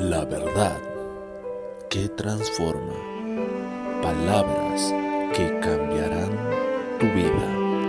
La verdad que transforma. Palabras que cambiarán tu vida.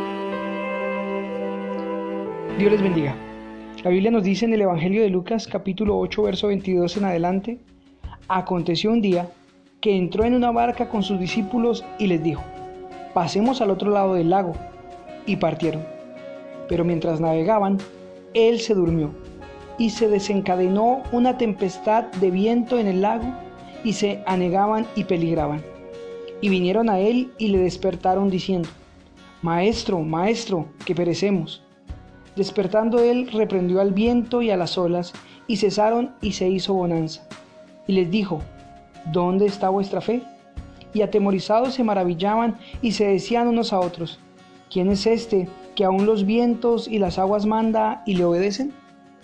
Dios les bendiga. La Biblia nos dice en el Evangelio de Lucas, capítulo 8, verso 22 en adelante: aconteció un día que entró en una barca con sus discípulos y les dijo: pasemos al otro lado del lago. Y partieron. Pero mientras navegaban, él se durmió, y se desencadenó una tempestad de viento en el lago, y se anegaban y peligraban. Y vinieron a él y le despertaron diciendo: Maestro, maestro, que perecemos. Despertando él, reprendió al viento y a las olas, y cesaron, y se hizo bonanza. Y les dijo: ¿dónde está vuestra fe? Y atemorizados se maravillaban, y se decían unos a otros: ¿quién es este que aún los vientos y las aguas manda y le obedecen?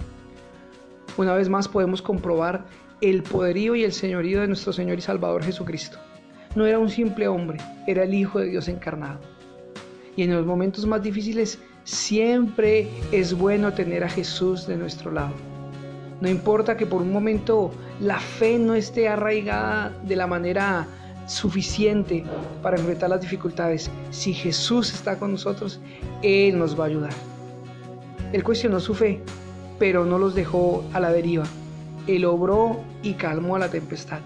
Una vez más podemos comprobar el poderío y el señorío de nuestro Señor y Salvador Jesucristo. No era un simple hombre, era el Hijo de Dios encarnado. Y en los momentos más difíciles siempre es bueno tener a Jesús de nuestro lado. No importa que por un momento la fe no esté arraigada de la manera suficiente para enfrentar las dificultades. Si Jesús está con nosotros, Él nos va a ayudar. Él cuestionó su fe, pero no los dejó a la deriva. Él obró y calmó a la tempestad.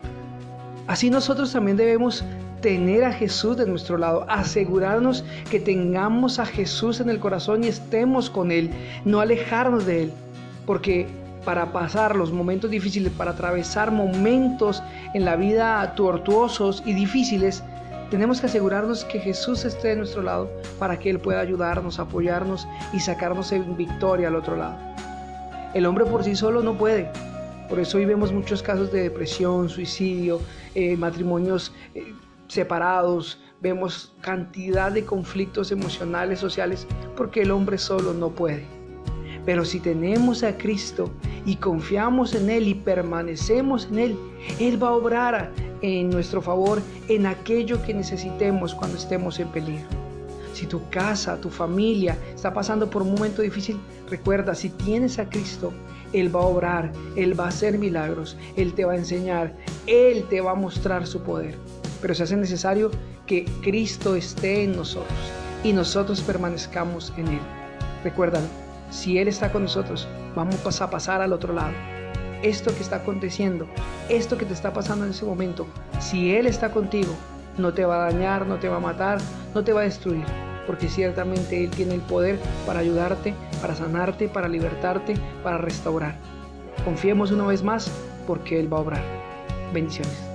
Así nosotros también debemos tener a Jesús de nuestro lado, asegurarnos que tengamos a Jesús en el corazón y estemos con Él, no alejarnos de Él, porque para pasar los momentos difíciles, para atravesar momentos en la vida tortuosos y difíciles, tenemos que asegurarnos que Jesús esté de nuestro lado para que Él pueda ayudarnos, apoyarnos y sacarnos en victoria al otro lado. El hombre por sí solo no puede. Por eso hoy vemos muchos casos de depresión, suicidio, matrimonios separados, vemos cantidad de conflictos emocionales, sociales, porque el hombre solo no puede. Pero si tenemos a Cristo y confiamos en Él y permanecemos en Él, Él va a obrar en nuestro favor en aquello que necesitemos cuando estemos en peligro. Si tu casa, tu familia está pasando por un momento difícil, recuerda, si tienes a Cristo, Él va a obrar, Él va a hacer milagros, Él te va a enseñar, Él te va a mostrar su poder. Pero se hace necesario que Cristo esté en nosotros y nosotros permanezcamos en Él. Recuérdalo, si Él está con nosotros, vamos a pasar al otro lado. Esto que está aconteciendo, esto que te está pasando en ese momento, si Él está contigo, no te va a dañar, no te va a matar, no te va a destruir, porque ciertamente Él tiene el poder para ayudarte, para sanarte, para libertarte, para restaurar. Confiemos una vez más, porque Él va a obrar. Bendiciones.